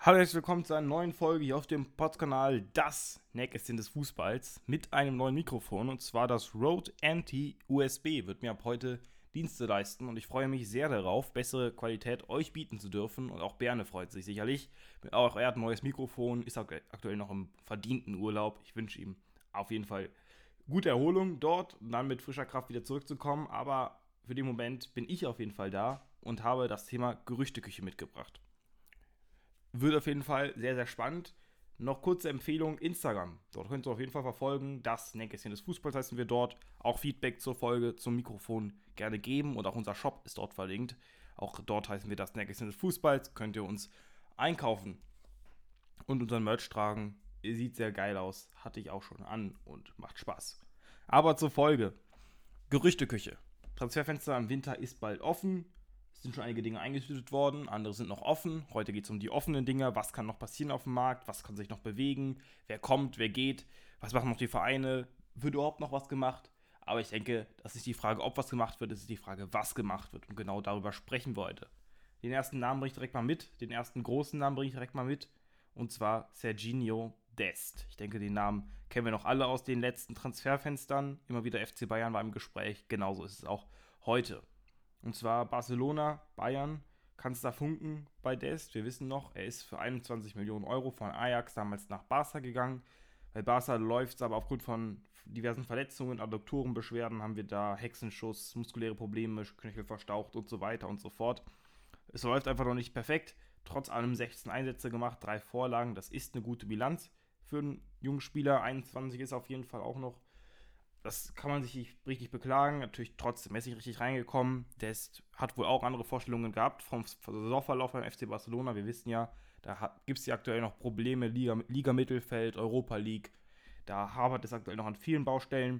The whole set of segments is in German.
Hallo, herzlich willkommen zu einer neuen Folge hier auf dem Podkanal Das Nähkästchen des Fußballs mit einem neuen Mikrofon, und zwar das Rode Anti-USB wird mir ab heute Dienste leisten und ich freue mich sehr darauf, bessere Qualität euch bieten zu dürfen, und auch Berne freut sich sicherlich. Auch er hat ein neues Mikrofon, ist aktuell noch im verdienten Urlaub. Ich wünsche ihm auf jeden Fall gute Erholung dort und dann mit frischer Kraft wieder zurückzukommen, aber für den Moment bin ich auf jeden Fall da und habe das Thema Gerüchteküche mitgebracht. Wird auf jeden Fall sehr, sehr spannend. Noch kurze Empfehlung: Instagram. Dort könnt ihr auf jeden Fall verfolgen. Das Nähkästchen des Fußballs heißen wir dort. Auch Feedback zur Folge, zum Mikrofon gerne geben. Und auch unser Shop ist dort verlinkt. Auch dort heißen wir das Nähkästchen des Fußballs. Könnt ihr uns einkaufen und unseren Merch tragen. Sieht sehr geil aus. Hatte ich auch schon an und macht Spaß. Aber zur Folge. Gerüchteküche. Transferfenster im Winter ist bald offen. Es sind schon einige Dinge eingetütet worden, andere sind noch offen. Heute geht es um die offenen Dinge. Was kann noch passieren auf dem Markt? Was kann sich noch bewegen? Wer kommt? Wer geht? Was machen noch die Vereine? Wird überhaupt noch was gemacht? Aber ich denke, das ist die Frage, ob was gemacht wird, das ist die Frage, was gemacht wird. Und genau darüber sprechen wir heute. Den ersten Namen bringe ich direkt mal mit. Den ersten großen Namen bringe ich direkt mal mit. Und zwar Serginho Dest. Ich denke, den Namen kennen wir noch alle aus den letzten Transferfenstern. Immer wieder FC Bayern war im Gespräch. Genauso ist es auch heute. Und zwar Barcelona, Bayern, kann es da funken bei Dest. Wir wissen noch, er ist für 21 Millionen Euro von Ajax damals nach Barca gegangen. Bei Barca läuft es aber aufgrund von diversen Verletzungen, Adduktorenbeschwerden, haben wir da Hexenschuss, muskuläre Probleme, Knöchel verstaucht und so weiter und so fort. Es läuft einfach noch nicht perfekt. Trotz allem 16 Einsätze gemacht, 3 Vorlagen. Das ist eine gute Bilanz für einen jungen Spieler. 21 ist auf jeden Fall auch noch. Das kann man sich nicht richtig beklagen. Natürlich trotzdem Messi richtig reingekommen. Der hat wohl auch andere Vorstellungen gehabt vom Saisonverlauf beim FC Barcelona. Wir wissen ja, da gibt es ja aktuell noch Probleme. Liga Mittelfeld, Europa League. Da hapert es aktuell noch an vielen Baustellen.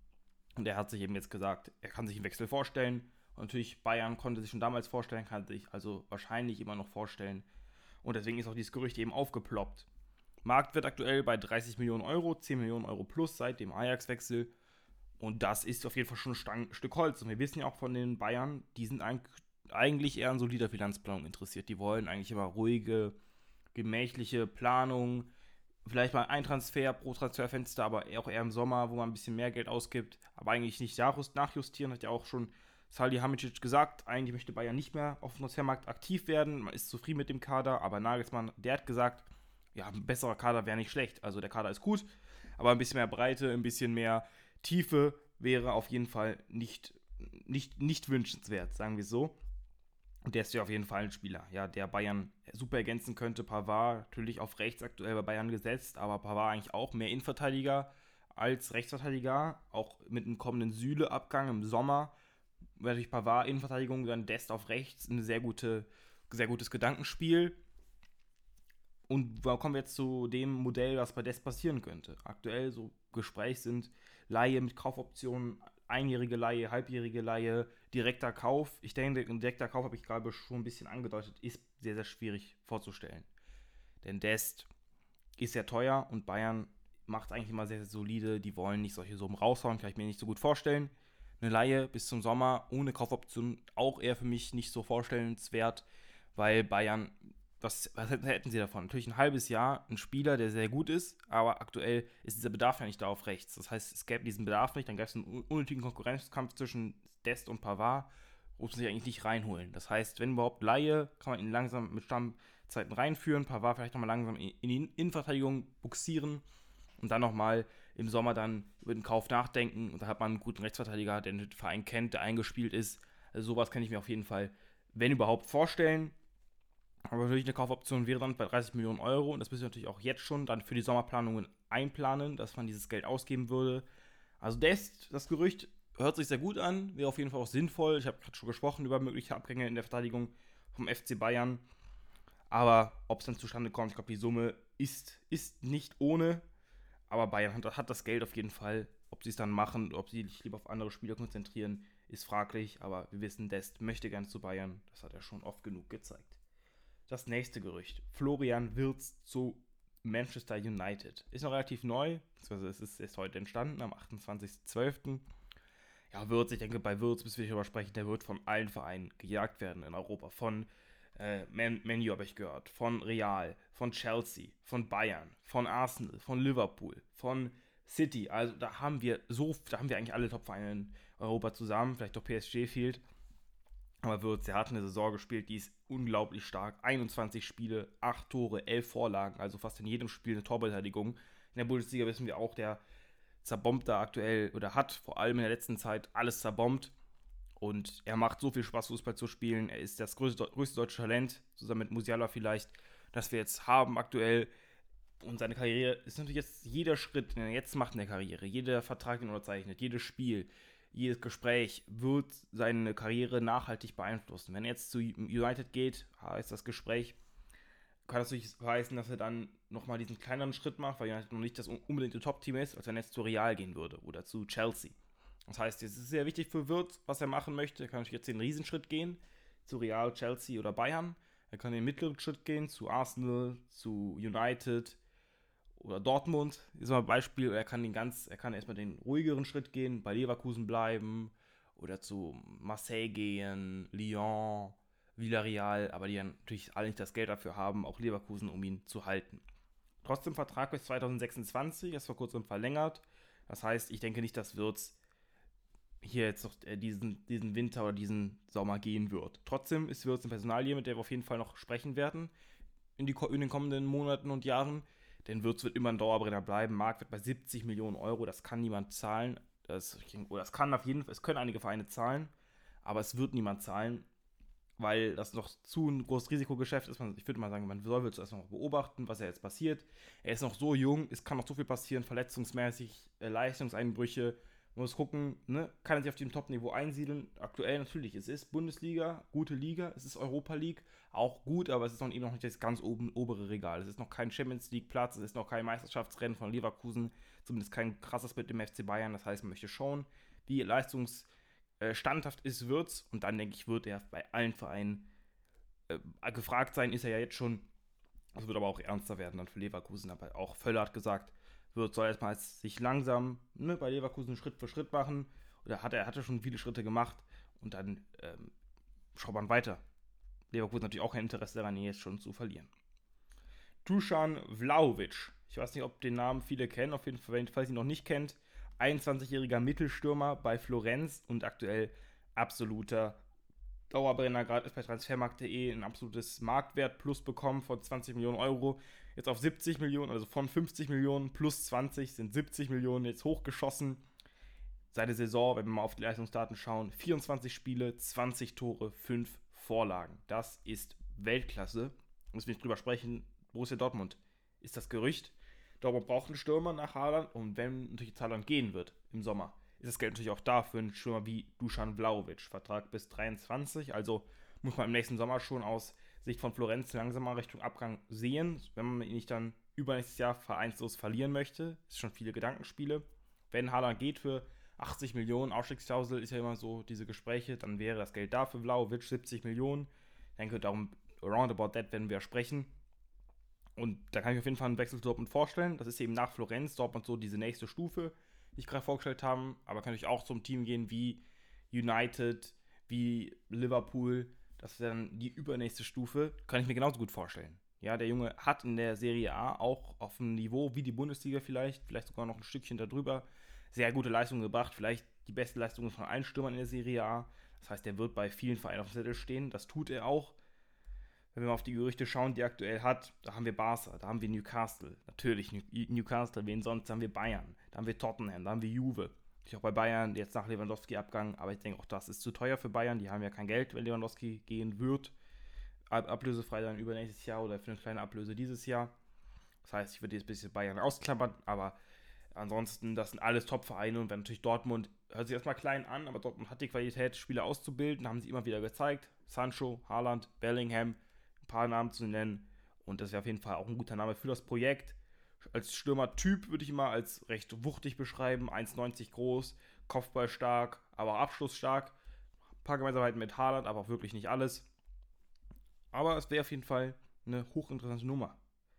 Und er hat sich eben jetzt gesagt, er kann sich einen Wechsel vorstellen. Und natürlich Bayern konnte sich schon damals vorstellen, kann sich also wahrscheinlich immer noch vorstellen. Und deswegen ist auch dieses Gerücht eben aufgeploppt. Markt wird aktuell bei 30 Millionen Euro, 10 Millionen Euro plus seit dem Ajax-Wechsel. Und das ist auf jeden Fall schon ein Stück Holz. Und wir wissen ja auch von den Bayern, die sind eigentlich eher an solider Finanzplanung interessiert. Die wollen eigentlich immer ruhige, gemächliche Planung. Vielleicht mal ein Transfer pro Transferfenster, aber auch eher im Sommer, wo man ein bisschen mehr Geld ausgibt. Aber eigentlich nicht nachjustieren, hat ja auch schon Salihamidzic gesagt. Eigentlich möchte Bayern nicht mehr auf dem Transfermarkt aktiv werden. Man ist zufrieden mit dem Kader, aber Nagelsmann, der hat gesagt, ja, ein besserer Kader wäre nicht schlecht. Also der Kader ist gut, aber ein bisschen mehr Breite, ein bisschen mehr Tiefe wäre auf jeden Fall nicht wünschenswert, sagen wir so. Und der ist ja auf jeden Fall ein Spieler, ja, der Bayern super ergänzen könnte. Pavard natürlich auf rechts aktuell bei Bayern gesetzt, aber Pavard eigentlich auch mehr Innenverteidiger als Rechtsverteidiger, auch mit einem kommenden Süle-Abgang im Sommer. Wäre natürlich Pavard Innenverteidigung, dann Dest auf rechts, ein sehr gutes Gedankenspiel. Und da kommen wir jetzt zu dem Modell, was bei Dest passieren könnte. Aktuell so Gespräch sind Leihe mit Kaufoptionen, einjährige Leihe, halbjährige Leihe, direkter Kauf. Ich denke, ein direkter Kauf, habe ich gerade schon ein bisschen angedeutet, ist sehr, sehr schwierig vorzustellen. Denn Dest ist sehr teuer und Bayern macht eigentlich immer sehr, sehr solide. Die wollen nicht solche Summen raushauen, kann ich mir nicht so gut vorstellen. Eine Leihe bis zum Sommer ohne Kaufoption auch eher für mich nicht so vorstellenswert, weil Bayern, was hätten sie davon? Natürlich ein halbes Jahr, ein Spieler, der sehr gut ist, aber aktuell ist dieser Bedarf ja nicht da auf rechts. Das heißt, es gäbe diesen Bedarf nicht, dann gäbe es einen unnötigen Konkurrenzkampf zwischen Dest und Pavard, muss man sich eigentlich nicht reinholen. Das heißt, wenn überhaupt Leihe, kann man ihn langsam mit Stammzeiten reinführen, Pavard vielleicht nochmal langsam in die Innenverteidigung buxieren und dann nochmal im Sommer dann über den Kauf nachdenken. Und da hat man einen guten Rechtsverteidiger, der den Verein kennt, der eingespielt ist. Also sowas kann ich mir auf jeden Fall, wenn überhaupt, vorstellen. Aber natürlich eine Kaufoption wäre dann bei 30 Millionen Euro. Und das müssen wir natürlich auch jetzt schon dann für die Sommerplanungen einplanen, dass man dieses Geld ausgeben würde. Also das Gerücht hört sich sehr gut an, wäre auf jeden Fall auch sinnvoll. Ich habe gerade schon gesprochen über mögliche Abgänge in der Verteidigung vom FC Bayern. Aber ob es dann zustande kommt, ich glaube, die Summe ist nicht ohne. Aber Bayern hat das Geld auf jeden Fall. Ob sie es dann machen, ob sie sich lieber auf andere Spieler konzentrieren, ist fraglich. Aber wir wissen, Dest möchte gern zu Bayern. Das hat er schon oft genug gezeigt. Das nächste Gerücht. Florian Wirtz zu Manchester United. Ist noch relativ neu, beziehungsweise es ist erst heute entstanden, am 28.12. Ja, Wirtz, ich denke, bei Wirtz müssen wir darüber sprechen, der wird von allen Vereinen gejagt werden in Europa. Von Man U habe ich gehört, von Real, von Chelsea, von Bayern, von Arsenal, von Liverpool, von City. Also da haben wir eigentlich alle Top-Vereine in Europa zusammen, vielleicht doch PSG fehlt. Aber Würz, der hat eine Saison gespielt, die ist unglaublich stark. 21 Spiele, 8 Tore, 11 Vorlagen, also fast in jedem Spiel eine Torbeteiligung. In der Bundesliga wissen wir auch, der zerbombt da aktuell oder hat vor allem in der letzten Zeit alles zerbombt. Und er macht so viel Spaß, Fußball zu spielen. Er ist das größte deutsche Talent, zusammen mit Musiala vielleicht, das wir jetzt haben aktuell. Und seine Karriere ist natürlich jetzt jeder Schritt, den er jetzt macht in der Karriere, jeder Vertrag, den er unterzeichnet, jedes Spiel, jedes Gespräch wird seine Karriere nachhaltig beeinflussen. Wenn er jetzt zu United geht, heißt das Gespräch, kann das natürlich heißen, dass er dann nochmal diesen kleineren Schritt macht, weil United noch nicht das unbedingte Top-Team ist, als wenn er jetzt zu Real gehen würde oder zu Chelsea. Das heißt, es ist sehr wichtig für Wirtz, was er machen möchte. Er kann natürlich jetzt den Riesenschritt gehen zu Real, Chelsea oder Bayern. Er kann den mittleren Schritt gehen zu Arsenal, zu United oder Dortmund. Ist mal ein Beispiel. Er kann erstmal den ruhigeren Schritt gehen, bei Leverkusen bleiben oder zu Marseille gehen, Lyon, Villarreal, aber die dann natürlich alle nicht das Geld dafür haben, auch Leverkusen, um ihn zu halten. Trotzdem Vertrag bis 2026, ist vor kurzem verlängert. Das heißt, ich denke nicht, dass Wirtz hier jetzt noch diesen Winter oder diesen Sommer gehen wird. Trotzdem ist Wirtz ein Personalie, mit der wir auf jeden Fall noch sprechen werden in den kommenden Monaten und Jahren. Denn Wirtz wird immer ein Dauerbrenner bleiben. Marktwert bei 70 Millionen Euro, das kann niemand zahlen. Das kann auf jeden Fall, es können einige Vereine zahlen, aber es wird niemand zahlen, weil das noch zu ein großes Risikogeschäft ist. Ich würde mal sagen, man soll Wirtz erst noch beobachten, was jetzt passiert. Er ist noch so jung, es kann noch so viel passieren, verletzungsmäßig, Leistungseinbrüche. Man muss gucken, ne? Kann er sich auf dem Top-Niveau einsiedeln? Aktuell natürlich, es ist Bundesliga, gute Liga, es ist Europa League, auch gut, aber es ist noch eben noch nicht das ganz obere Regal. Es ist noch kein Champions League-Platz, es ist noch kein Meisterschaftsrennen von Leverkusen, zumindest kein krasses mit dem FC Bayern. Das heißt, man möchte schauen, wie leistungsstandhaft ist Wirtz, und dann denke ich, wird er bei allen Vereinen gefragt sein, ist er ja jetzt schon. Das wird aber auch ernster werden dann für Leverkusen. Aber auch Völler hat gesagt, soll erstmal sich langsam bei Leverkusen Schritt für Schritt machen. Oder hatte schon viele Schritte gemacht und dann schaut man weiter. Leverkusen hat natürlich auch kein Interesse daran, ihn jetzt schon zu verlieren. Dusan Vlahovic. Ich weiß nicht, ob den Namen viele kennen, auf jeden Fall, falls ihr ihn noch nicht kennt. 21-jähriger Mittelstürmer bei Florenz und aktuell absoluter Dauerbrenner, gerade ist bei transfermarkt.de ein absolutes Marktwert plus bekommen von 20 Millionen Euro. Jetzt auf 70 Millionen, also von 50 Millionen plus 20 sind 70 Millionen jetzt hochgeschossen. Seine Saison, wenn wir mal auf die Leistungsdaten schauen, 24 Spiele, 20 Tore, 5 Vorlagen. Das ist Weltklasse. Müssen wir nicht drüber sprechen. Borussia Dortmund ist das Gerücht. Dortmund braucht einen Stürmer nach Haaland, und wenn natürlich Haaland gehen wird im Sommer, ist das Geld natürlich auch da für einen Stürmer wie Dusan Vlahovic. Vertrag bis 23, also muss man im nächsten Sommer schon aus Sicht von Florenz langsam mal Richtung Abgang sehen, wenn man ihn nicht dann übernächstes Jahr vereinslos verlieren möchte. Das sind schon viele Gedankenspiele. Wenn Haaland geht für 80 Millionen, Ausstiegsklausel ist ja immer so diese Gespräche, dann wäre das Geld da für Vlahovic, 70 Millionen. Ich denke, darum, roundabout that werden wir sprechen. Und da kann ich auf jeden Fall einen Wechsel zu Dortmund vorstellen. Das ist eben nach Florenz, Dortmund so diese nächste Stufe, die ich gerade vorgestellt habe. Aber kann natürlich auch zum Team gehen wie United, wie Liverpool. Das ist dann die übernächste Stufe. Kann ich mir genauso gut vorstellen. Ja, der Junge hat in der Serie A auch auf einem Niveau wie die Bundesliga vielleicht sogar noch ein Stückchen darüber, sehr gute Leistungen gebracht. Vielleicht die beste Leistung von allen Stürmern in der Serie A. Das heißt, er wird bei vielen Vereinen auf dem Zettel stehen. Das tut er auch. Wenn wir mal auf die Gerüchte schauen, die er aktuell hat, da haben wir Barca, da haben wir Newcastle. Natürlich Newcastle, wen sonst? Da haben wir Bayern, da haben wir Tottenham, da haben wir Juve. Natürlich auch bei Bayern, jetzt nach Lewandowski-Abgang, aber ich denke auch, das ist zu teuer für Bayern. Die haben ja kein Geld, wenn Lewandowski gehen wird. Ablösefrei dann übernächstes Jahr oder für eine kleine Ablöse dieses Jahr. Das heißt, ich würde jetzt ein bisschen Bayern ausklammern, aber ansonsten, das sind alles Top-Vereine, und wenn natürlich Dortmund, hört sich erstmal klein an, aber Dortmund hat die Qualität, Spieler auszubilden, haben sie immer wieder gezeigt. Sancho, Haaland, Bellingham, ein paar Namen zu nennen, und das wäre auf jeden Fall auch ein guter Name für das Projekt. Als Stürmertyp würde ich ihn mal als recht wuchtig beschreiben, 1,90 groß, Kopfball stark, aber auch abschlussstark. Ein paar Gemeinsamkeiten mit Haaland, aber auch wirklich nicht alles. Aber es wäre auf jeden Fall eine hochinteressante Nummer.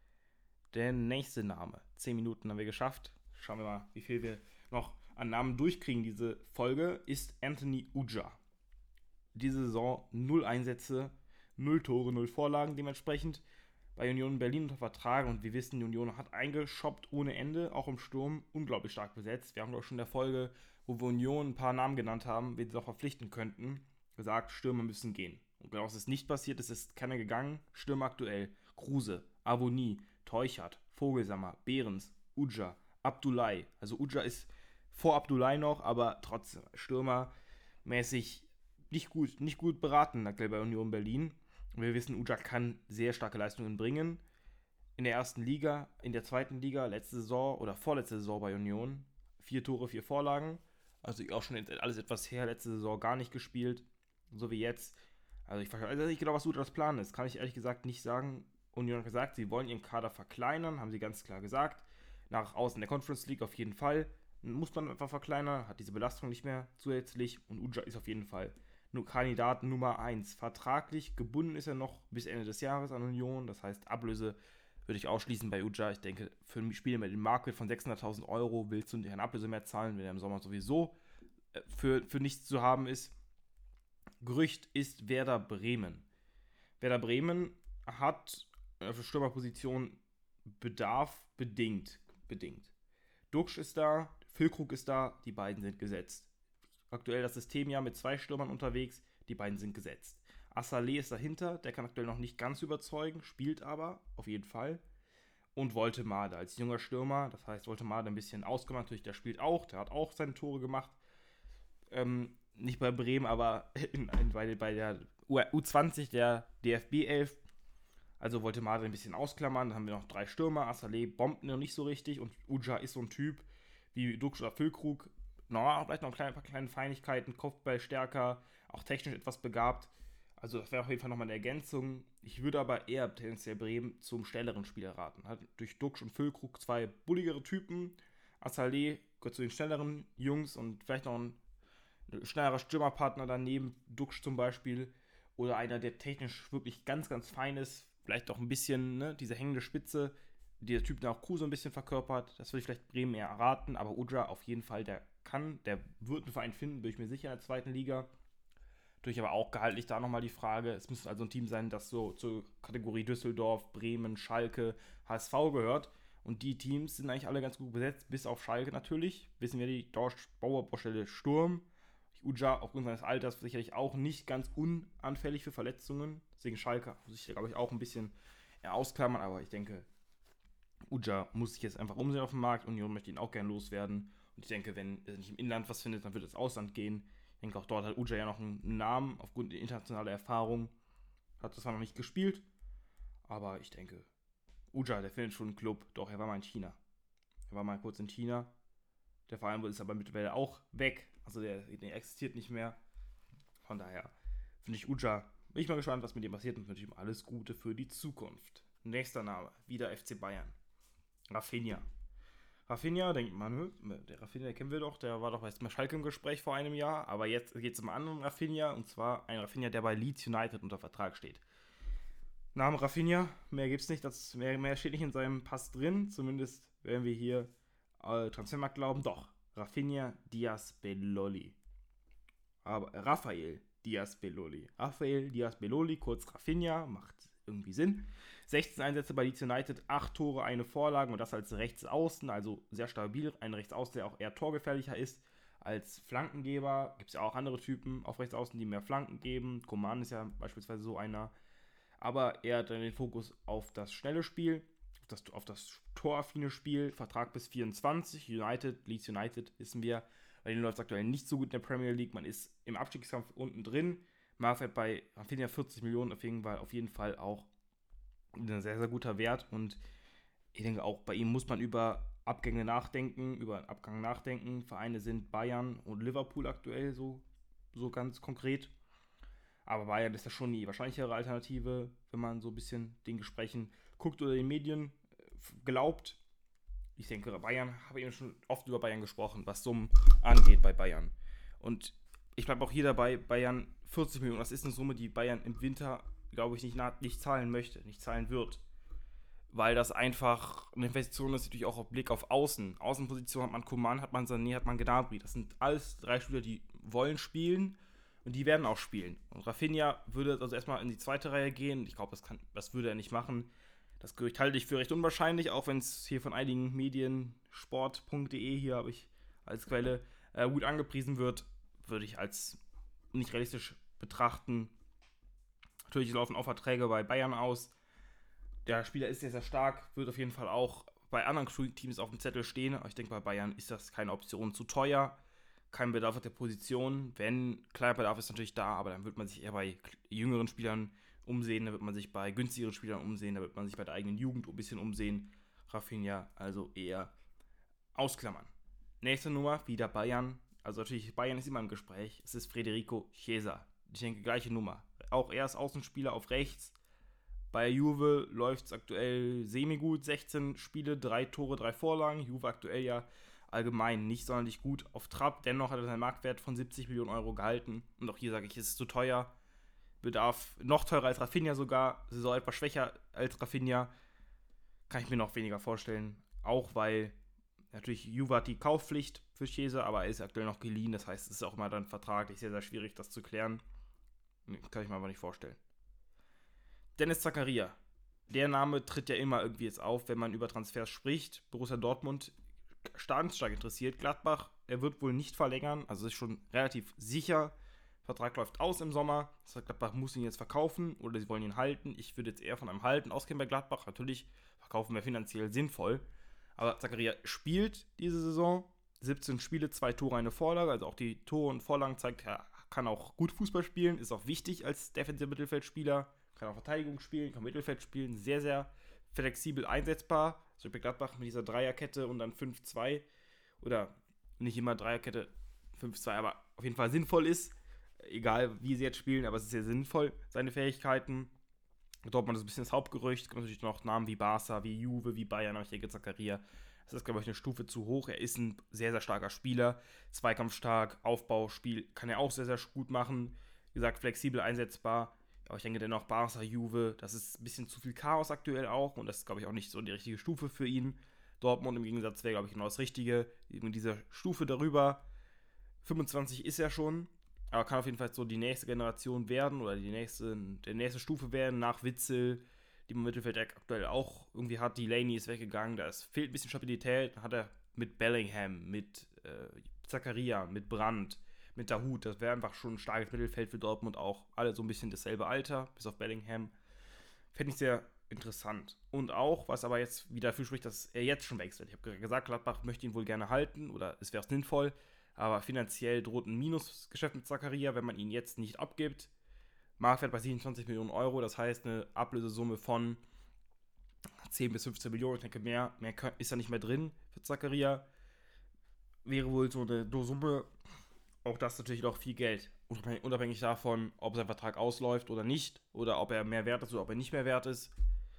Der nächste Name. 10 Minuten haben wir geschafft. Schauen wir mal, wie viel wir noch an Namen durchkriegen, diese Folge, ist Anthony Ujah. Diese Saison 0 Einsätze, 0 Tore, 0 Vorlagen dementsprechend. Bei Union Berlin unter Vertrag und wir wissen, die Union hat eingeshoppt ohne Ende, auch im Sturm, unglaublich stark besetzt. Wir haben doch schon in der Folge, wo wir Union ein paar Namen genannt haben, wen sie auch verpflichten könnten, gesagt, Stürmer müssen gehen. Und genau, das ist nicht passiert, es ist keiner gegangen. Stürmer aktuell, Kruse, Avoni, Teuchert, Vogelsammer, Behrens, Uja, Abdullahi. Also Uja ist vor Abdullahi noch, aber trotzdem stürmermäßig nicht gut beraten aktuell bei Union Berlin. Wir wissen, Uja kann sehr starke Leistungen bringen. In der ersten Liga, in der zweiten Liga, letzte Saison oder vorletzte Saison bei Union, 4 Tore, 4 Vorlagen. Also auch schon alles etwas her, letzte Saison gar nicht gespielt, so wie jetzt. Also ich weiß nicht genau, was Ujas Plan ist, kann ich ehrlich gesagt nicht sagen. Union hat gesagt, sie wollen ihren Kader verkleinern, haben sie ganz klar gesagt. Nach außen in der Conference League auf jeden Fall. Muss man einfach verkleinern, hat diese Belastung nicht mehr zusätzlich und Uja ist auf jeden Fall nur Kandidat Nummer 1. Vertraglich gebunden ist er noch bis Ende des Jahres an Union, das heißt Ablöse würde ich ausschließen bei Uja. Ich denke, für ein Spiel mit dem Marktwert von 600.000 Euro willst du keine Ablöse mehr zahlen, wenn er im Sommer sowieso für nichts zu haben ist. Gerücht ist Werder Bremen. Werder Bremen hat auf der Stürmerposition Bedarf bedingt. Duxch ist da, Füllkrug ist da, die beiden sind gesetzt. Aktuell das System ja mit 2 Stürmern unterwegs, die beiden sind gesetzt. Assalé ist dahinter, der kann aktuell noch nicht ganz überzeugen, spielt aber auf jeden Fall. Und Woltemade als junger Stürmer, das heißt Woltemade ein bisschen ausgemacht, natürlich, der spielt auch, der hat auch seine Tore gemacht. Nicht bei Bremen, aber bei der U20 der DFB 11. Also Woltemade ein bisschen ausklammern, dann haben wir noch 3 Stürmer, Assalé bombt noch nicht so richtig und Uja ist so ein Typ wie Duxch oder Füllkrug, vielleicht noch ein paar kleine Feinigkeiten, Kopfball stärker, auch technisch etwas begabt. Also das wäre auf jeden Fall nochmal eine Ergänzung. Ich würde aber eher tendenziell Bremen zum schnelleren Spieler raten. Hat durch Duxch und Füllkrug 2 bulligere Typen. Assalé gehört zu den schnelleren Jungs und vielleicht noch ein schnellerer Stürmerpartner daneben, Duxch zum Beispiel. Oder einer, der technisch wirklich ganz, ganz fein ist. Vielleicht auch ein bisschen, diese hängende Spitze, die der Typ dann auch Kruse ein bisschen verkörpert. Das würde ich vielleicht Bremen eher erraten. Aber Uja auf jeden Fall, der wird einen Verein finden, bin ich mir sicher, in der zweiten Liga. Natürlich aber auch gehaltlich da nochmal die Frage, es müsste also ein Team sein, das so zur Kategorie Düsseldorf, Bremen, Schalke, HSV gehört. Und die Teams sind eigentlich alle ganz gut besetzt, bis auf Schalke natürlich. Wissen wir, die Bauerbaustelle Sturm. Uja aufgrund seines Alters sicherlich auch nicht ganz unanfällig für Verletzungen. Deswegen Schalke muss ich, glaube ich, auch ein bisschen ausklammern. Aber ich denke, Uja muss sich jetzt einfach umsehen auf dem Markt. Union möchte ihn auch gerne loswerden. Und ich denke, wenn er nicht im Inland was findet, dann wird er ins Ausland gehen. Ich denke, auch dort hat Uja ja noch einen Namen aufgrund der internationalen Erfahrung. Hat das zwar noch nicht gespielt, aber ich denke, Uja, der findet schon einen Club. Doch, er war mal in China. Er war mal kurz in China. Der Verein ist aber mittlerweile auch weg. Also der existiert nicht mehr. Von daher finde ich Uja, bin ich mal gespannt, was mit dem passiert und wünsche ihm alles Gute für die Zukunft. Nächster Name, wieder FC Bayern. Rafinha. Rafinha, denkt man, der Rafinha kennen wir doch, der war doch bei Schalke im Gespräch vor einem Jahr, aber jetzt geht es um einen anderen Rafinha, und zwar ein Rafinha, der bei Leeds United unter Vertrag steht. Name Rafinha, mehr gibt's nicht, mehr steht nicht in seinem Pass drin, zumindest werden wir hier Transfermarkt glauben, doch, Rafinha Diaz Beloli. Aber Rafael Diaz Beloli, kurz Rafinha, macht irgendwie Sinn. 16 Einsätze bei Leeds United, 8 Tore, 1 Vorlage und das als Rechtsaußen, also sehr stabil. Ein Rechtsaußen, der auch eher torgefährlicher ist als Flankengeber. Gibt es ja auch andere Typen auf Rechtsaußen, die mehr Flanken geben. Coman ist ja beispielsweise so einer. Aber er hat dann den Fokus auf das schnelle Spiel, auf das toraffine Spiel. Vertrag bis 24. Leeds United, wissen wir, bei denen läuft es aktuell nicht so gut in der Premier League. Man ist im Abstiegskampf unten drin. Marktwert bei 40 Millionen auf jeden Fall auch ein sehr, sehr guter Wert. Und ich denke auch, bei ihm muss man über einen Abgang nachdenken. Vereine sind Bayern und Liverpool aktuell so ganz konkret. Aber Bayern ist ja schon die wahrscheinlichere Alternative, wenn man so ein bisschen den Gesprächen guckt oder den Medien glaubt. Ich denke, habe eben schon oft über Bayern gesprochen, was Summen angeht bei Bayern. Und ich bleibe auch hier dabei, Bayern 40 Millionen, das ist eine Summe, die Bayern im Winter, glaube ich, nicht zahlen wird. Weil das einfach eine Investition ist, natürlich auch auf Blick auf Außen. Außenposition hat man Coman, hat man Sané, hat man Gnabry. Das sind alles 3 Spieler, die wollen spielen Und die werden auch spielen. Und Rafinha würde also erstmal in die zweite Reihe gehen. Ich glaube, das würde er nicht machen. Das Gerücht halte ich für recht unwahrscheinlich, auch wenn es hier von einigen Medien, sport.de, hier habe ich als Quelle, gut angepriesen wird, würde ich als nicht realistisch betrachten. Natürlich laufen auch Verträge bei Bayern aus. Der Spieler ist sehr, sehr stark, wird auf jeden Fall auch bei anderen Teams auf dem Zettel stehen. Aber ich denke, bei Bayern ist das keine Option, zu teuer. Kein Bedarf auf der Position. Wenn, kleiner Bedarf ist natürlich da, aber dann wird man sich eher bei jüngeren Spielern umsehen, da wird man sich bei günstigeren Spielern umsehen, da wird man sich bei der eigenen Jugend ein bisschen umsehen. Rafinha also eher ausklammern. Nächste Nummer, wieder Bayern. Also natürlich, Bayern ist immer im Gespräch. Es ist Federico Chiesa. Ich denke, gleiche Nummer. Auch er ist Außenspieler auf rechts. Bei Juve läuft es aktuell semi-gut. 16 Spiele, 3 Tore, 3 Vorlagen. Juve aktuell ja allgemein nicht sonderlich gut auf Trab. Dennoch hat er seinen Marktwert von 70 Millionen Euro gehalten. Und auch hier sage ich, es ist zu teuer. Bedarf noch teurer als Rafinha sogar. Saison etwas schwächer als Rafinha. Kann ich mir noch weniger vorstellen. Auch weil natürlich Juve hat die Kaufpflicht für Chiesa, aber er ist aktuell noch geliehen. Das heißt, es ist auch immer dann vertraglich sehr, sehr schwierig, das zu klären. Kann ich mir aber nicht vorstellen. Dennis Zakaria. Der Name tritt ja immer irgendwie jetzt auf, wenn man über Transfers spricht. Borussia Dortmund stark interessiert. Gladbach, er wird wohl nicht verlängern. Also ist schon relativ sicher. Vertrag läuft aus im Sommer. Das heißt, Gladbach muss ihn jetzt verkaufen oder sie wollen ihn halten. Ich würde jetzt eher von einem Halten ausgehen bei Gladbach. Natürlich, verkaufen wäre finanziell sinnvoll. Aber Zakaria spielt diese Saison. 17 Spiele, 2 Tore, eine Vorlage. Also auch die Tore und Vorlagen zeigt, er kann auch gut Fußball spielen. Ist auch wichtig als defensiver Mittelfeldspieler. Kann auch Verteidigung spielen, kann Mittelfeld spielen. Sehr, sehr flexibel einsetzbar. So bei Gladbach mit dieser Dreierkette und dann 5-2. Oder nicht immer Dreierkette 5-2, aber auf jeden Fall sinnvoll ist. Egal, wie sie jetzt spielen, aber es ist sehr sinnvoll, seine Fähigkeiten. Dortmund ist ein bisschen das Hauptgerücht. Es gibt natürlich noch Namen wie Barca, wie Juve, wie Bayern, aber ich denke, Zakaria, das ist, glaube ich, eine Stufe zu hoch. Er ist ein sehr, sehr starker Spieler. Zweikampfstark, Aufbauspiel kann er auch sehr, sehr gut machen. Wie gesagt, flexibel einsetzbar. Aber ich denke dennoch, Barca, Juve, das ist ein bisschen zu viel Chaos aktuell auch. Und das ist, glaube ich, auch nicht so die richtige Stufe für ihn. Dortmund im Gegensatz wäre, glaube ich, genau das Richtige. In dieser Stufe darüber. 25 ist er schon. Aber kann auf jeden Fall so die nächste Generation werden oder der nächste Stufe werden nach Witzel, die man im Mittelfeld aktuell auch irgendwie hat. Delaney ist weggegangen, da fehlt ein bisschen Stabilität. Dann hat er mit Bellingham, mit Zakaria, mit Brandt, mit Dahoud, das wäre einfach schon ein starkes Mittelfeld für Dortmund auch. Alle so ein bisschen dasselbe Alter, bis auf Bellingham. Fände ich sehr interessant. Und auch, was aber jetzt wieder dafür spricht, dass er jetzt schon wechselt. Ich habe gesagt, Gladbach möchte ihn wohl gerne halten oder es wäre sinnvoll. Aber finanziell droht ein Minusgeschäft mit Zakaria, wenn man ihn jetzt nicht abgibt. Marktwert bei 27 Millionen Euro, das heißt eine Ablösesumme von 10 bis 15 Millionen. Ich denke, mehr ist da nicht mehr drin für Zakaria. Wäre wohl so eine Summe, auch das natürlich noch viel Geld. Unabhängig davon, ob sein Vertrag ausläuft oder nicht, oder ob er mehr wert ist oder ob er nicht mehr wert ist.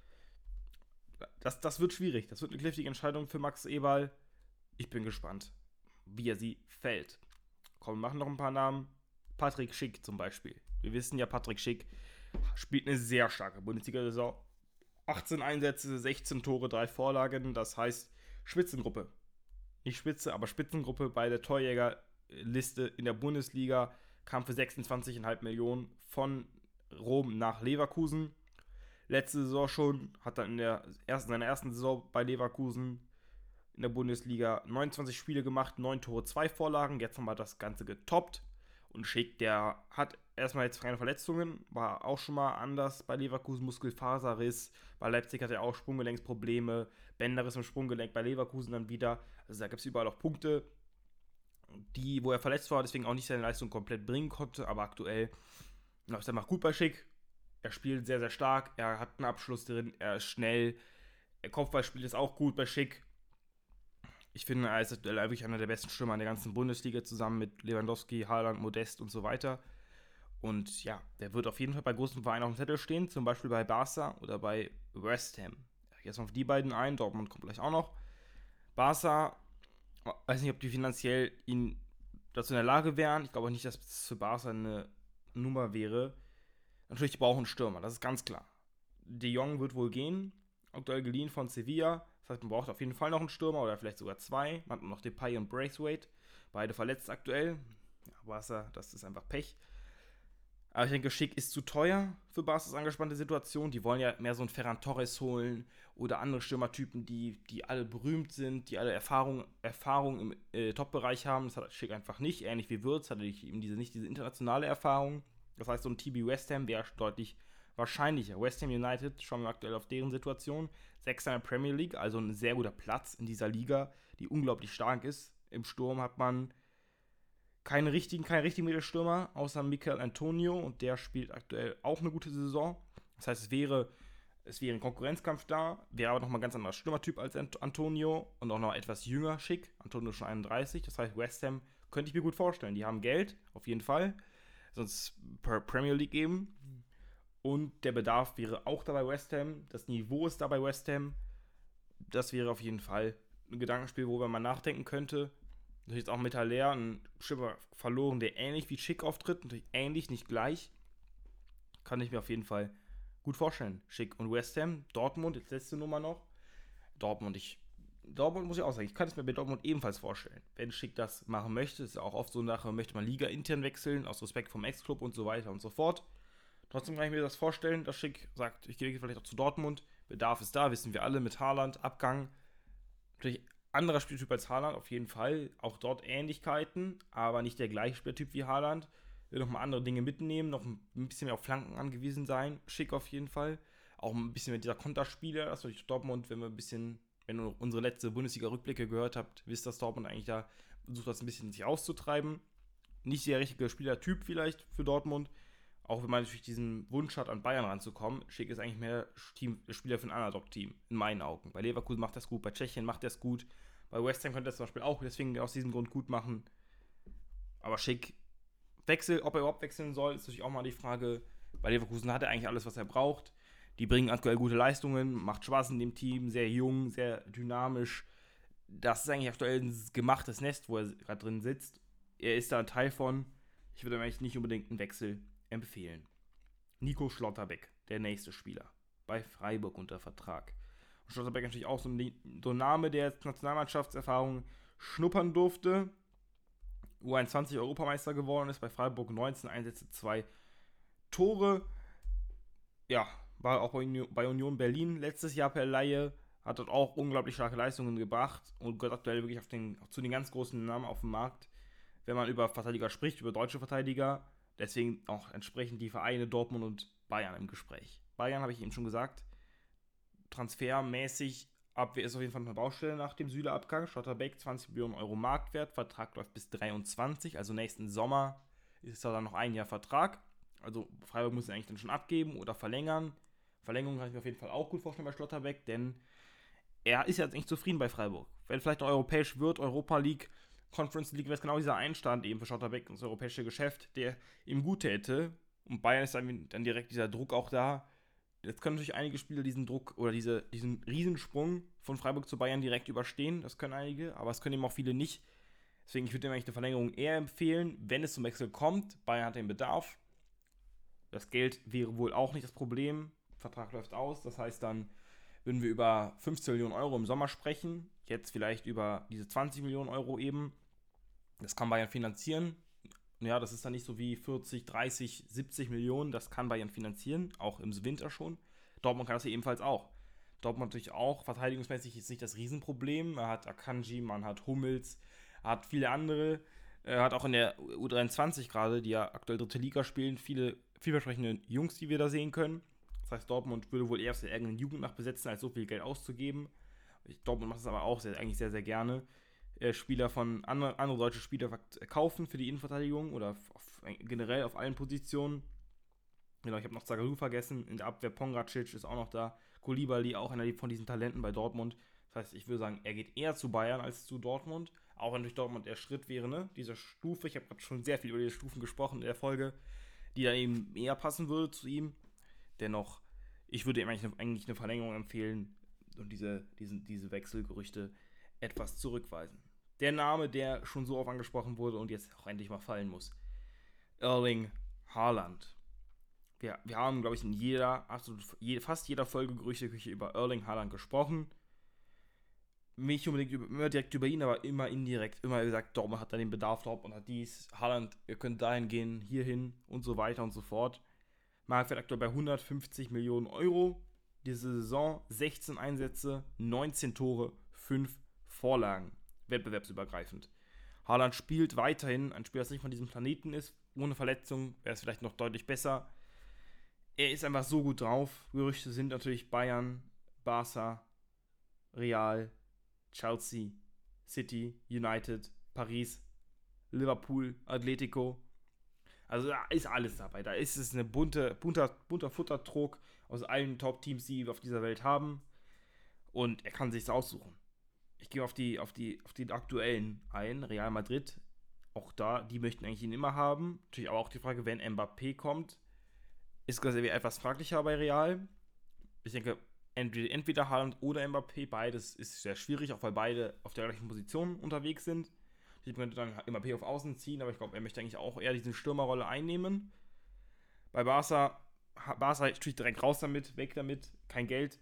Das wird schwierig. Das wird eine knifflige Entscheidung für Max Eberl. Ich bin gespannt, wie er sie fällt. Komm, wir machen noch ein paar Namen. Patrick Schick zum Beispiel. Wir wissen ja, Patrick Schick spielt eine sehr starke Bundesliga-Saison. 18 Einsätze, 16 Tore, 3 Vorlagen. Das heißt Spitzengruppe. Nicht Spitze, aber Spitzengruppe bei der Torjägerliste in der Bundesliga. Kam für 26,5 Millionen von Rom nach Leverkusen. Letzte Saison schon, hat dann in seiner ersten Saison bei Leverkusen in der Bundesliga 29 Spiele gemacht, 9 Tore, 2 Vorlagen. Jetzt haben wir das Ganze getoppt. Und Schick, der hat erstmal jetzt keine Verletzungen, war auch schon mal anders bei Leverkusen, Muskelfaserriss. Bei Leipzig hat er auch Sprunggelenksprobleme, Bänderriss im Sprunggelenk, bei Leverkusen dann wieder. Also da gibt es überall auch Punkte, wo er verletzt war, deswegen auch nicht seine Leistung komplett bringen konnte. Aber aktuell läuft es einfach gut bei Schick. Er spielt sehr, sehr stark, er hat einen Abschluss drin, er ist schnell. Kopfballspiel ist auch gut bei Schick. Ich finde, er ist aktuell wirklich einer der besten Stürmer in der ganzen Bundesliga, zusammen mit Lewandowski, Haaland, Modest und so weiter. Und ja, der wird auf jeden Fall bei großen Vereinen auf dem Zettel stehen, zum Beispiel bei Barca oder bei West Ham. Jetzt mal auf die beiden ein, Dortmund kommt gleich auch noch. Barca, weiß nicht, ob die finanziell ihn dazu in der Lage wären. Ich glaube auch nicht, dass es für Barca eine Nummer wäre. Natürlich, die brauchen einen Stürmer, das ist ganz klar. De Jong wird wohl gehen, aktuell geliehen von Sevilla. Das heißt, man braucht auf jeden Fall noch einen Stürmer oder vielleicht sogar 2. Man hat noch Depay und Braithwaite. Beide verletzt aktuell. Ja, Barca, das ist einfach Pech. Aber ich denke, Schick ist zu teuer für Barca's angespannte Situation. Die wollen ja mehr so einen Ferran Torres holen oder andere Stürmertypen, die alle berühmt sind, die alle Erfahrung im Top-Bereich haben. Das hat Schick einfach nicht. Ähnlich wie Wirtz hatte ich eben nicht diese internationale Erfahrung. Das heißt, so ein TB West Ham wäre deutlich wahrscheinlicher. West Ham United, schauen wir aktuell auf deren Situation. Sechster in der Premier League, also ein sehr guter Platz in dieser Liga, die unglaublich stark ist. Im Sturm hat man keinen richtigen Mittelstürmer, außer Mikel Antonio, und der spielt aktuell auch eine gute Saison. Das heißt, es wäre ein Konkurrenzkampf da, wäre aber nochmal ein ganz anderer Stürmertyp als Antonio und auch noch etwas jünger Schick. Antonio ist schon 31, das heißt, West Ham könnte ich mir gut vorstellen. Die haben Geld, auf jeden Fall, sonst per Premier League eben. Und der Bedarf wäre auch da bei West Ham, das Niveau ist da bei West Ham. Das wäre auf jeden Fall ein Gedankenspiel, wo man mal nachdenken könnte. Natürlich ist auch mit Haller ein Schimmer verloren, der ähnlich wie Schick auftritt. Natürlich ähnlich, nicht gleich. Kann ich mir auf jeden Fall gut vorstellen. Schick und West Ham. Dortmund, jetzt letzte Nummer noch. Dortmund muss ich auch sagen, ich kann es mir bei Dortmund ebenfalls vorstellen. Wenn Schick das machen möchte, ist ja auch oft so eine Sache, möchte man Liga intern wechseln, aus Respekt vom Ex-Club und so weiter und so fort. Trotzdem kann ich mir das vorstellen, dass Schick sagt, ich gehe vielleicht auch zu Dortmund. Bedarf ist da, wissen wir alle, mit Haaland, Abgang. Natürlich anderer Spieltyp als Haaland, auf jeden Fall. Auch dort Ähnlichkeiten, aber nicht der gleiche Spieltyp wie Haaland. Will nochmal andere Dinge mitnehmen, noch ein bisschen mehr auf Flanken angewiesen sein. Schick auf jeden Fall. Auch ein bisschen mit dieser Konterspieler, das durch Dortmund, wenn ihr unsere letzte Bundesliga-Rückblicke gehört habt, wisst, dass Dortmund eigentlich da versucht, das ein bisschen sich auszutreiben. Nicht der richtige Spielertyp vielleicht für Dortmund. Auch wenn man natürlich diesen Wunsch hat, an Bayern ranzukommen. Schick ist eigentlich mehr Spieler für ein Underdog-Team, in meinen Augen. Bei Leverkusen macht das gut, bei Tschechien macht das gut. Bei West Ham könnte das zum Beispiel auch deswegen aus diesem Grund gut machen. Aber Schick, ob er überhaupt wechseln soll, ist natürlich auch mal die Frage. Bei Leverkusen hat er eigentlich alles, was er braucht. Die bringen aktuell gute Leistungen, macht Spaß in dem Team, sehr jung, sehr dynamisch. Das ist eigentlich aktuell ein gemachtes Nest, wo er gerade drin sitzt. Er ist da ein Teil von. Ich würde eigentlich nicht unbedingt einen Wechsel empfehlen. Nico Schlotterbeck, der nächste Spieler, bei Freiburg unter Vertrag. Und Schlotterbeck natürlich auch so ein Name, der jetzt Nationalmannschaftserfahrung schnuppern durfte. U21 Europameister geworden ist, bei Freiburg 19 Einsätze, 2 Tore. Ja, war auch bei Union Berlin letztes Jahr per Leihe, hat dort auch unglaublich starke Leistungen gebracht und gehört aktuell wirklich zu den ganz großen Namen auf dem Markt, wenn man über Verteidiger spricht, über deutsche Verteidiger. Deswegen auch entsprechend die Vereine Dortmund und Bayern im Gespräch. Bayern, habe ich eben schon gesagt, transfermäßig Abwehr ist auf jeden Fall eine Baustelle nach dem Süle-Abgang. Schlotterbeck, 20 Millionen Euro Marktwert, Vertrag läuft bis 23, also nächsten Sommer ist da dann noch ein Jahr Vertrag. Also Freiburg muss ihn eigentlich dann schon abgeben oder verlängern. Verlängerung kann ich mir auf jeden Fall auch gut vorstellen bei Schlotterbeck, denn er ist jetzt nicht zufrieden bei Freiburg. Wenn vielleicht noch europäisch wird, Europa League, Conference League, wäre es genau dieser Einstand eben für Schlotterbeck und das europäische Geschäft, der ihm gut täte. Und Bayern ist dann direkt dieser Druck auch da. Jetzt können natürlich einige Spieler diesen Druck oder diesen Riesensprung von Freiburg zu Bayern direkt überstehen. Das können einige, aber es können eben auch viele nicht. Deswegen, ich würde ihm eigentlich eine Verlängerung eher empfehlen, wenn es zum Wechsel kommt. Bayern hat den Bedarf. Das Geld wäre wohl auch nicht das Problem. Vertrag läuft aus. Das heißt, dann würden wir über 15 Millionen Euro im Sommer sprechen. Jetzt vielleicht über diese 20 Millionen Euro eben. Das kann Bayern finanzieren. Ja, das ist dann nicht so wie 40, 30, 70 Millionen. Das kann Bayern finanzieren, auch im Winter schon. Dortmund kann das ja ebenfalls auch. Dortmund natürlich auch, verteidigungsmäßig ist nicht das Riesenproblem. Man hat Akanji, man hat Hummels, hat viele andere. Er hat auch in der U23 gerade, die ja aktuell dritte Liga spielen, viele vielversprechende Jungs, die wir da sehen können. Das heißt, Dortmund würde wohl eher aus der eigenen Jugend nach besetzen, als so viel Geld auszugeben. Dortmund macht es aber auch eigentlich sehr, sehr gerne. Spieler von andere deutsche Spieler kaufen für die Innenverteidigung oder generell auf allen Positionen. Genau, ich habe noch Zagalou vergessen. In der Abwehr Pongracic ist auch noch da. Koulibaly, auch einer von diesen Talenten bei Dortmund. Das heißt, ich würde sagen, er geht eher zu Bayern als zu Dortmund. Auch wenn durch Dortmund der Schritt wäre, ne? Diese Stufe, ich habe gerade schon sehr viel über diese Stufen gesprochen in der Folge, die dann eben eher passen würde zu ihm. Dennoch, ich würde ihm eigentlich eine Verlängerung empfehlen und diese Wechselgerüchte etwas zurückweisen. Der Name, der schon so oft angesprochen wurde und jetzt auch endlich mal fallen muss. Erling Haaland. Wir haben, glaube ich, in fast jeder Folge Gerüchteküche über Erling Haaland gesprochen. nicht unbedingt immer direkt über ihn, aber immer indirekt. Immer gesagt, Dortmund hat da den Bedarf drauf und hat dies. Haaland, ihr könnt dahin gehen, hierhin und so weiter und so fort. Marktwert aktuell bei 150 Millionen Euro. Diese Saison 16 Einsätze, 19 Tore, 5 Vorlagen. Wettbewerbsübergreifend. Haaland spielt weiterhin, ein Spieler, das nicht von diesem Planeten ist. Ohne Verletzung wäre es vielleicht noch deutlich besser. Er ist einfach so gut drauf. Gerüchte sind natürlich Bayern, Barca, Real, Chelsea, City, United, Paris, Liverpool, Atletico. Also da ist alles dabei. Da ist es eine bunter Futtertrog aus allen Top-Teams, die wir auf dieser Welt haben. Und er kann sich's aussuchen. Ich gehe auf die aktuellen ein. Real Madrid, auch da, die möchten eigentlich ihn immer haben. Natürlich aber auch die Frage, wenn Mbappé kommt, ist das etwas fraglicher bei Real. Ich denke, entweder Haaland oder Mbappé, beides ist sehr schwierig, auch weil beide auf der gleichen Position unterwegs sind. Ich könnte dann Mbappé auf Außen ziehen, aber ich glaube, er möchte eigentlich auch eher diese Stürmerrolle einnehmen. Bei Barca natürlich direkt raus damit, weg damit, kein Geld.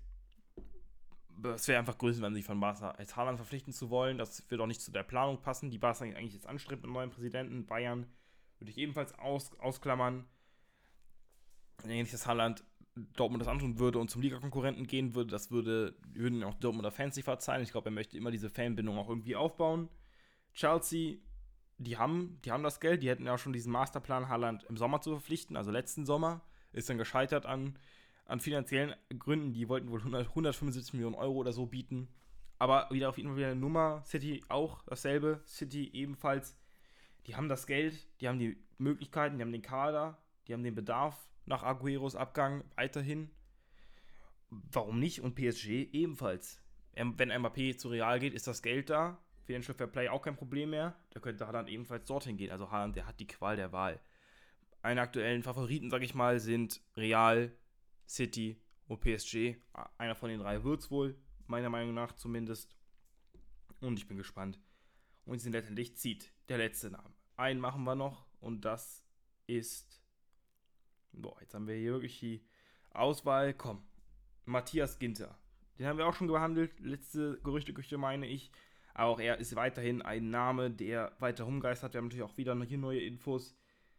Es wäre einfach größer, sich von Barca als Haaland verpflichten zu wollen. Das wird auch nicht zu der Planung passen, die Barca eigentlich jetzt anstrebt mit dem neuen Präsidenten. Bayern würde ich ebenfalls ausklammern. Ich denke nicht, dass Haaland Dortmund das antun würde und zum Ligakonkurrenten gehen würde. Würden auch Dortmunder Fans nicht verzeihen. Ich glaube, er möchte immer diese Fanbindung auch irgendwie aufbauen. Chelsea, die haben das Geld. Die hätten ja auch schon diesen Masterplan, Haaland im Sommer zu verpflichten, also letzten Sommer. Ist dann gescheitert an finanziellen Gründen. Die wollten wohl 175 Millionen Euro oder so bieten. Aber wieder auf jeden Fall wieder eine Nummer. City auch dasselbe. City ebenfalls. Die haben das Geld, die haben die Möglichkeiten, die haben den Kader, die haben den Bedarf nach Agueros Abgang weiterhin. Warum nicht? Und PSG ebenfalls. Wenn Mbappé zu Real geht, ist das Geld da. Financial Fair Play auch kein Problem mehr. Da könnte Haaland ebenfalls dorthin gehen. Also Haaland, der hat die Qual der Wahl. Eine aktuellen Favoriten, sag ich mal, sind Real, City und PSG. Einer von den drei wird es wohl, meiner Meinung nach zumindest. Und ich bin gespannt. Und sie letztendlich zieht der letzte Name. Einen machen wir noch und das ist. Jetzt haben wir hier wirklich die Auswahl. Komm, Matthias Ginter. Den haben wir auch schon behandelt. Letzte Gerüchteküche meine ich. Aber auch er ist weiterhin ein Name, der weiter rumgeistert. Wir haben natürlich auch wieder hier neue Infos.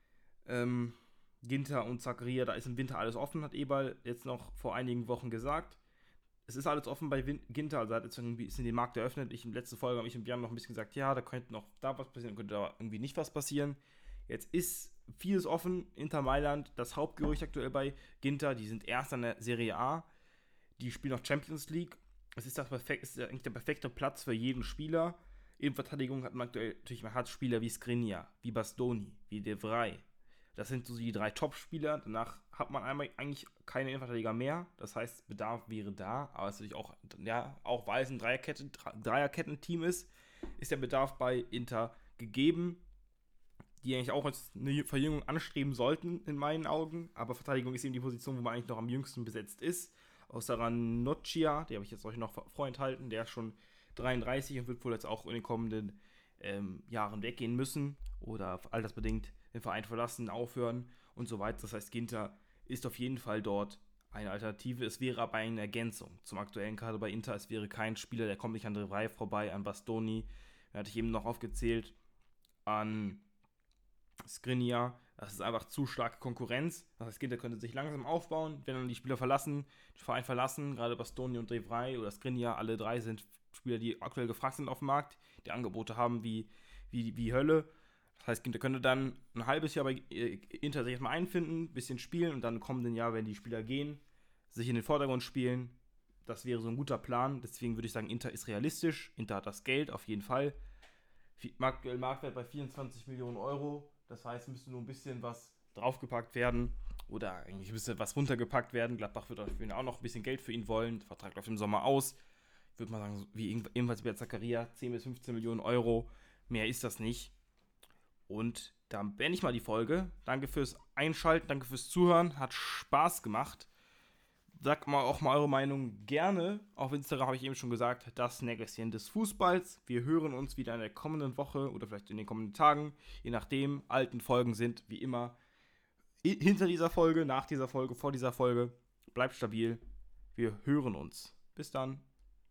Ginter und Zakaria, da ist im Winter alles offen, hat Eberl jetzt noch vor einigen Wochen gesagt. Es ist alles offen bei Ginter, also hat jetzt irgendwie ist in den Markt eröffnet. In der letzten Folge habe ich im Jan noch ein bisschen gesagt, ja, da könnte noch da was passieren, könnte da irgendwie nicht was passieren. Jetzt ist vieles offen. Inter Mailand, das Hauptgerücht aktuell bei Ginter, die sind erst an der Serie A. Die spielen noch Champions League. Es ist eigentlich der perfekte Platz für jeden Spieler. In Verteidigung hat man aktuell natürlich Spieler wie Skriniar, wie Bastoni, wie De Vrij. Das sind so die drei Top-Spieler. Danach hat man eigentlich keine Innenverteidiger mehr. Das heißt, Bedarf wäre da. Aber es ist natürlich auch, ja, auch weil es ein Dreierketten-Team ist der Bedarf bei Inter gegeben. Die eigentlich auch als eine Verjüngung anstreben sollten, in meinen Augen. Aber Verteidigung ist eben die Position, wo man eigentlich noch am jüngsten besetzt ist. Außer Ranocchia, die habe ich jetzt euch noch vorenthalten. Der ist schon 33 und wird wohl jetzt auch in den kommenden Jahren weggehen müssen. Oder altersbedingt den Verein verlassen, aufhören und so weiter. Das heißt, Ginter ist auf jeden Fall dort eine Alternative. Es wäre aber eine Ergänzung zum aktuellen Kader bei Inter. Es wäre kein Spieler, der kommt nicht an De Vrij vorbei, an Bastoni. Da hatte ich eben noch aufgezählt, an Skriniar. Das ist einfach zu starke Konkurrenz. Das heißt, Ginter könnte sich langsam aufbauen, wenn dann die Spieler den Verein verlassen, gerade Bastoni und De Vrij oder Skriniar, alle drei sind Spieler, die aktuell gefragt sind auf dem Markt, die Angebote haben wie Hölle. Das heißt, Ginter könnte dann ein halbes Jahr bei Inter sich erstmal einfinden, ein bisschen spielen und dann im kommenden Jahr, wenn die Spieler gehen, sich in den Vordergrund spielen. Das wäre so ein guter Plan. Deswegen würde ich sagen, Inter ist realistisch. Inter hat das Geld, auf jeden Fall. Marktwert bei 24 Millionen Euro. Das heißt, müsste nur ein bisschen was draufgepackt werden. Oder eigentlich müsste was runtergepackt werden. Gladbach wird auch noch ein bisschen Geld für ihn wollen. Der Vertrag läuft im Sommer aus. Ich würde mal sagen, wie ebenfalls bei Zakaria, 10 bis 15 Millionen Euro. Mehr ist das nicht. Und dann beende ich mal die Folge. Danke fürs Einschalten, danke fürs Zuhören. Hat Spaß gemacht. Sagt mal auch mal eure Meinung gerne. Auf Instagram habe ich eben schon gesagt, das Nägelchen des Fußballs. Wir hören uns wieder in der kommenden Woche oder vielleicht in den kommenden Tagen. Je nachdem, alten Folgen sind wie immer hinter dieser Folge, nach dieser Folge, vor dieser Folge. Bleibt stabil. Wir hören uns. Bis dann.